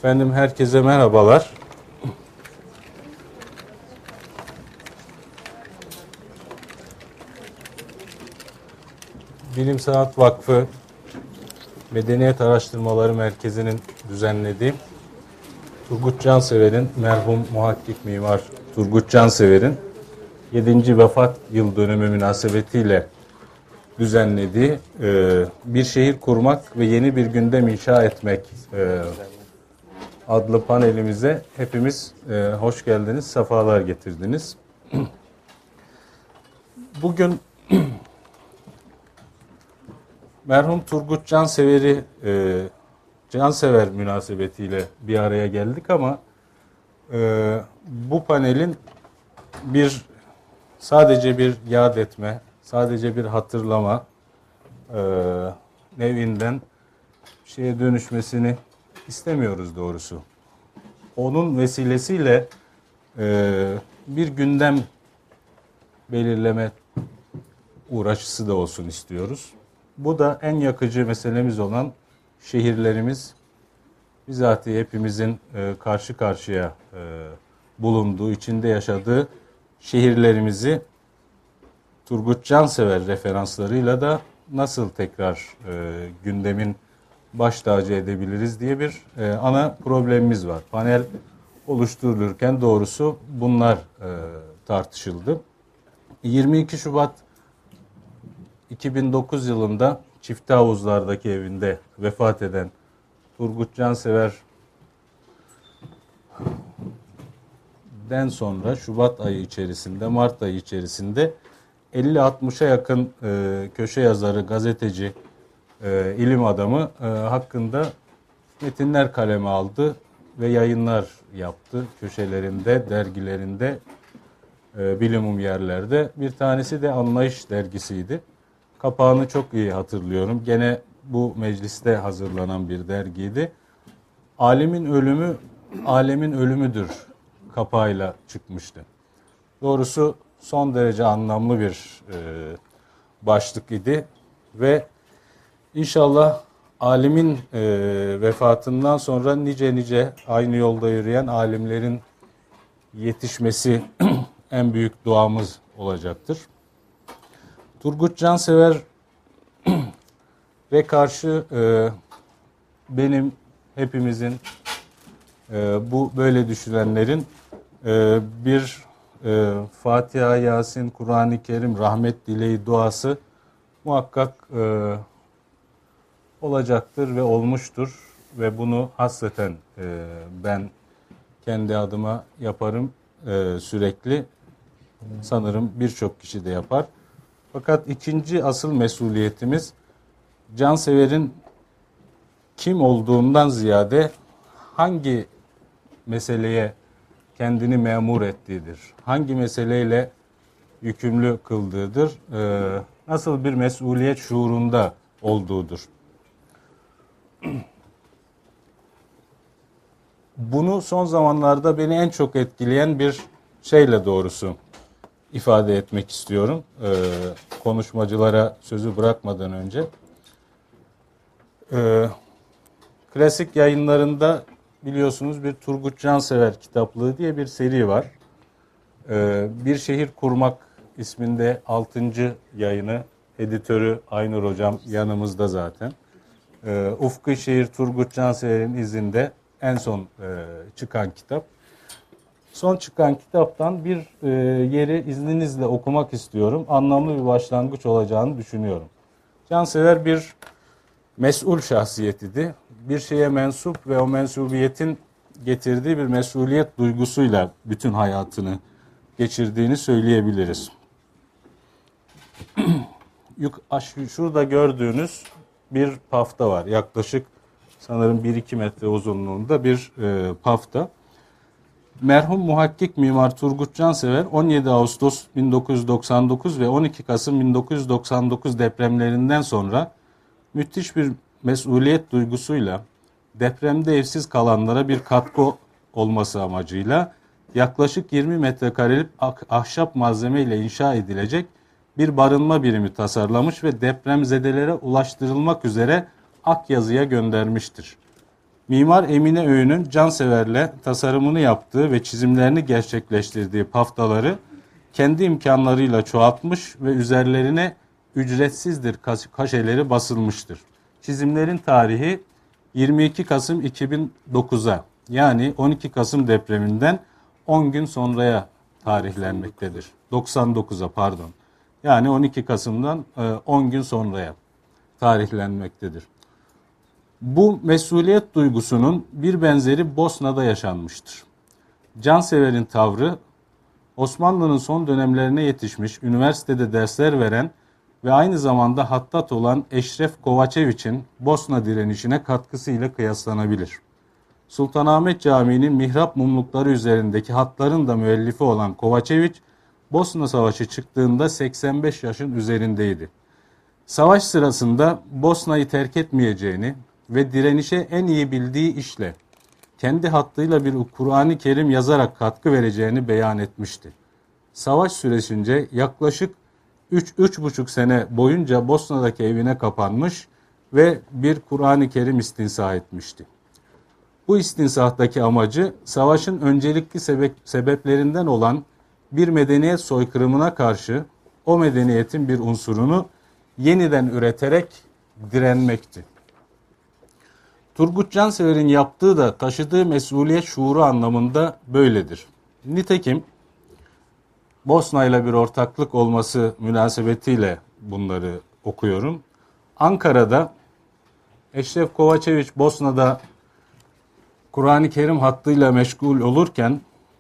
Efendim herkese merhabalar. Bilim Sanat Vakfı Medeniyet Araştırmaları Merkezi'nin düzenlediği Turgut Cansever'in, merhum muhakkik mimar Turgut Cansever'in 7. vefat yıl dönümü münasebetiyle düzenlediği Bir Şehir Kurmak ve Yeni Bir Gündem İnşa Etmek adlı panelimize hepimiz hoş geldiniz, sefalar getirdiniz. Bugün merhum Turgut Cansever münasebetiyle bir araya geldik ama bu panelin sadece bir yad etme, sadece bir hatırlama nevinden bir şeye dönüşmesini istemiyoruz doğrusu. Onun vesilesiyle bir gündem belirleme uğraşısı da olsun istiyoruz. Bu da en yakıcı meselemiz olan şehirlerimiz, bizatihi hepimizin karşı karşıya bulunduğu, içinde yaşadığı şehirlerimizi Turgut Cansever referanslarıyla da nasıl tekrar gündemin baş tacı edebiliriz diye bir ana problemimiz var. Panel oluşturulurken doğrusu bunlar tartışıldı. 22 Şubat 2009 yılında Çiftehavuzlar'daki evinde vefat eden Turgut Cansever'den sonra Şubat ayı içerisinde, Mart ayı içerisinde 50-60'a yakın köşe yazarı, gazeteci, ilim adamı hakkında metinler kaleme aldı ve yayınlar yaptı. Köşelerinde, dergilerinde, bilimum yerlerde. Bir tanesi de Anlayış dergisiydi. Kapağını çok iyi hatırlıyorum. Gene bu mecliste hazırlanan bir dergiydi. Alemin ölümü, alemin ölümüdür kapağıyla çıkmıştı. Doğrusu son derece anlamlı bir başlık idi ve inşallah alimin vefatından sonra nice aynı yolda yürüyen alimlerin yetişmesi en büyük duamız olacaktır. Turgut Cansever ve karşı benim, hepimizin, bu böyle düşünenlerin bir Fatiha, Yasin, Kur'an-ı Kerim, rahmet dileği, duası muhakkak olacaktır ve olmuştur ve bunu hasreten ben kendi adıma yaparım sürekli. Sanırım birçok kişi de yapar. Fakat ikinci asıl mesuliyetimiz Cansever'in kim olduğundan ziyade hangi meseleye kendini memur ettiğidir. Hangi meseleyle yükümlü kıldığıdır. Nasıl bir mesuliyet şuurunda olduğudur. Bunu son zamanlarda beni en çok etkileyen bir şeyle doğrusu ifade etmek istiyorum. Konuşmacılara sözü bırakmadan önce. Klasik yayınlarında biliyorsunuz bir Turgut Cansever kitaplığı diye bir seri var. Bir Şehir Kurmak isminde 6. yayını, editörü Aynur Hocam yanımızda zaten. Ufku Şehir Turgut Cansever'in izinde en son çıkan kitap. Son çıkan kitaptan bir yeri izninizle okumak istiyorum. Anlamlı bir başlangıç olacağını düşünüyorum. Cansever bir mesul şahsiyetiydi. Bir şeye mensup ve o mensubiyetin getirdiği bir mesuliyet duygusuyla bütün hayatını geçirdiğini söyleyebiliriz. Şurada gördüğünüz bir pafta var. Yaklaşık sanırım 1-2 metre uzunluğunda bir pafta. Merhum muhakkik mimar Turgut Cansever 17 Ağustos 1999 ve 12 Kasım 1999 depremlerinden sonra müthiş bir mesuliyet duygusuyla depremde evsiz kalanlara bir katkı olması amacıyla yaklaşık 20 metrekarelik ahşap malzeme ile inşa edilecek bir barınma birimi tasarlamış ve depremzedelere ulaştırılmak üzere Akyazı'ya göndermiştir. Mimar Emine Öğün'ün canseverle tasarımını yaptığı ve çizimlerini gerçekleştirdiği paftaları kendi imkanlarıyla çoğaltmış ve üzerlerine ücretsizdir kaşeleri basılmıştır. Çizimlerin tarihi 22 Kasım 2009'a, yani 12 Kasım depreminden 10 gün sonraya tarihlenmektedir. 99'a pardon. Yani 12 Kasım'dan 10 gün sonraya tarihlenmektedir. Bu mesuliyet duygusunun bir benzeri Bosna'da yaşanmıştır. Cansever'in tavrı, Osmanlı'nın son dönemlerine yetişmiş, üniversitede dersler veren ve aynı zamanda hattat olan Eşref Kovačević'in Bosna direnişine katkısıyla kıyaslanabilir. Sultanahmet Camii'nin mihrap mumlukları üzerindeki hatların da müellifi olan Kovačević, Bosna Savaşı çıktığında 85 yaşın üzerindeydi. Savaş sırasında Bosna'yı terk etmeyeceğini ve direnişe en iyi bildiği işle kendi hattıyla bir Kur'an-ı Kerim yazarak katkı vereceğini beyan etmişti. Savaş süresince yaklaşık 3-3,5 sene boyunca Bosna'daki evine kapanmış ve bir Kur'an-ı Kerim istinsah etmişti. Bu istinsahtaki amacı savaşın öncelikli sebeplerinden olan bir medeniyet soykırımına karşı o medeniyetin bir unsurunu yeniden üreterek direnmekti. Turgut Cansever'in yaptığı da taşıdığı mesuliyet şuuru anlamında böyledir. Nitekim Bosna ile bir ortaklık olması münasebetiyle bunları okuyorum. Ankara'da Eşref Kovačević Bosna'da Kur'an-ı Kerim hattıyla meşgul olurken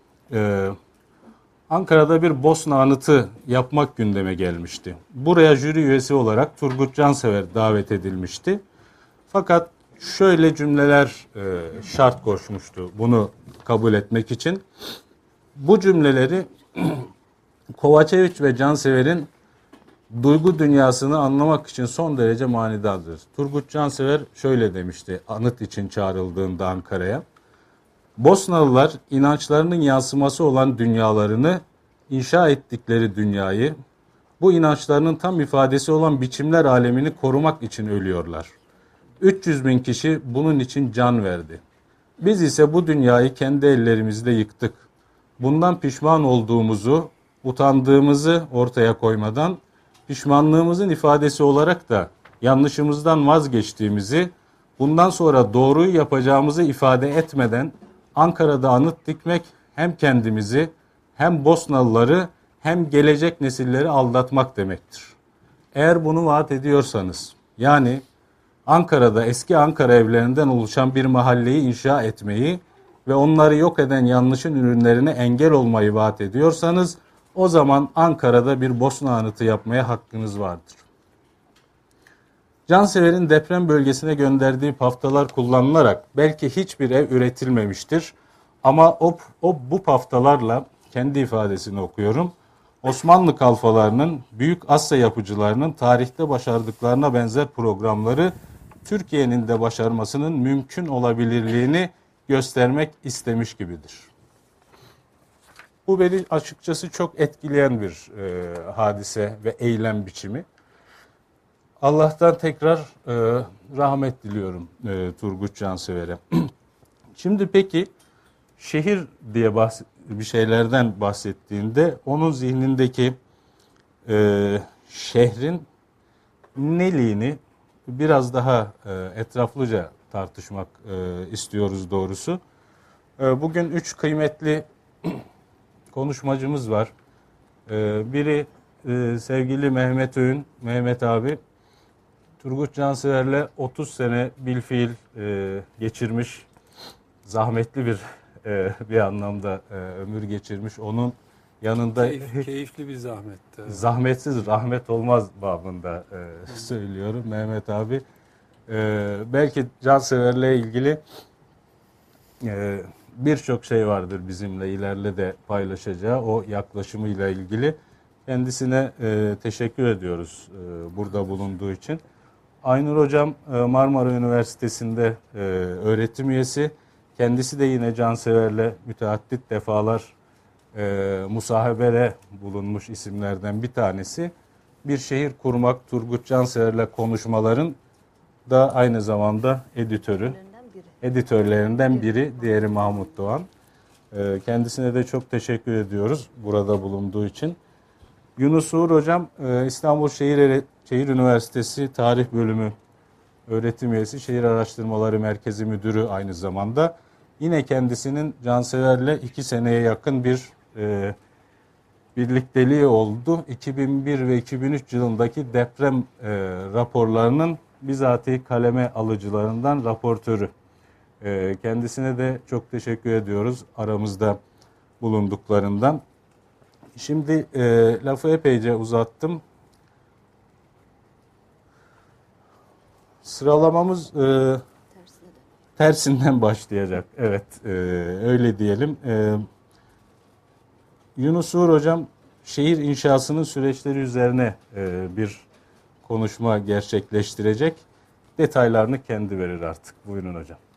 Ankara'da bir Bosna anıtı yapmak gündeme gelmişti. Buraya jüri üyesi olarak Turgut Cansever davet edilmişti. Fakat şöyle cümleler şart koşmuştu bunu kabul etmek için. Bu cümleleri Kovačević ve Cansever'in duygu dünyasını anlamak için son derece manidardır. Turgut Cansever şöyle demişti anıt için çağrıldığında Ankara'ya. Bosnalılar inançlarının yansıması olan dünyalarını, inşa ettikleri dünyayı, bu inançlarının tam ifadesi olan biçimler alemini korumak için ölüyorlar. 300 bin kişi bunun için can verdi. Biz ise bu dünyayı kendi ellerimizle yıktık. Bundan pişman olduğumuzu, utandığımızı ortaya koymadan, pişmanlığımızın ifadesi olarak da yanlışımızdan vazgeçtiğimizi, bundan sonra doğruyu yapacağımızı ifade etmeden Ankara'da anıt dikmek hem kendimizi hem Bosnalıları hem gelecek nesilleri aldatmak demektir. Eğer bunu vaat ediyorsanız, yani Ankara'da eski Ankara evlerinden oluşan bir mahalleyi inşa etmeyi ve onları yok eden yanlışın ürünlerine engel olmayı vaat ediyorsanız, o zaman Ankara'da bir Bosna anıtı yapmaya hakkınız vardır. Cansever'in deprem bölgesine gönderdiği paftalar kullanılarak belki hiçbir ev üretilmemiştir. Ama bu paftalarla, kendi ifadesini okuyorum, Osmanlı kalfalarının, Büyük Asya yapıcılarının tarihte başardıklarına benzer programları Türkiye'nin de başarmasının mümkün olabilirliğini göstermek istemiş gibidir. Bu beni açıkçası çok etkileyen bir hadise ve eylem biçimi. Allah'tan tekrar rahmet diliyorum Turgut Cansever'e. Şimdi peki şehir diye bir şeylerden bahsettiğinde onun zihnindeki şehrin neliğini biraz daha etraflıca tartışmak istiyoruz doğrusu. Bugün 3 kıymetli konuşmacımız var. Biri sevgili Mehmet Öğün, Mehmet abi. Turgut Cansever'le 30 sene bilfiil geçirmiş, zahmetli bir anlamda ömür geçirmiş. Onun yanında keyifli bir zahmet. Zahmetsiz rahmet olmaz babında söylüyorum Mehmet abi. Belki Cansever'le ilgili birçok şey vardır bizimle ileride de paylaşacağı o yaklaşımıyla ilgili. Kendisine teşekkür ediyoruz burada bulunduğu için. Aynur Hocam Marmara Üniversitesi'nde öğretim üyesi. Kendisi de yine Cansever'le müteaddit defalar musahebere bulunmuş isimlerden bir tanesi. Bir şehir kurmak, Turgut Cansever'le konuşmaların da aynı zamanda editörü. editörlerinden biri, diğeri Mahmut Doğan. Kendisine de çok teşekkür ediyoruz burada bulunduğu için. Yunus Uğur Hocam, İstanbul Şehir Üniversitesi Tarih Bölümü öğretim üyesi, Şehir Araştırmaları Merkezi Müdürü aynı zamanda. Yine kendisinin Cansever'le 2 seneye yakın bir birlikteliği oldu. 2001 ve 2003 yılındaki deprem raporlarının bizatihi kaleme alıcılarından raportörü. Kendisine de çok teşekkür ediyoruz aramızda bulunduklarından. Şimdi lafı epeyce uzattım. Sıralamamız tersinden başlayacak. Evet, öyle diyelim. Yunus Uğur Hocam şehir inşasının süreçleri üzerine bir konuşma gerçekleştirecek. Detaylarını kendi verir artık. Buyurun hocam.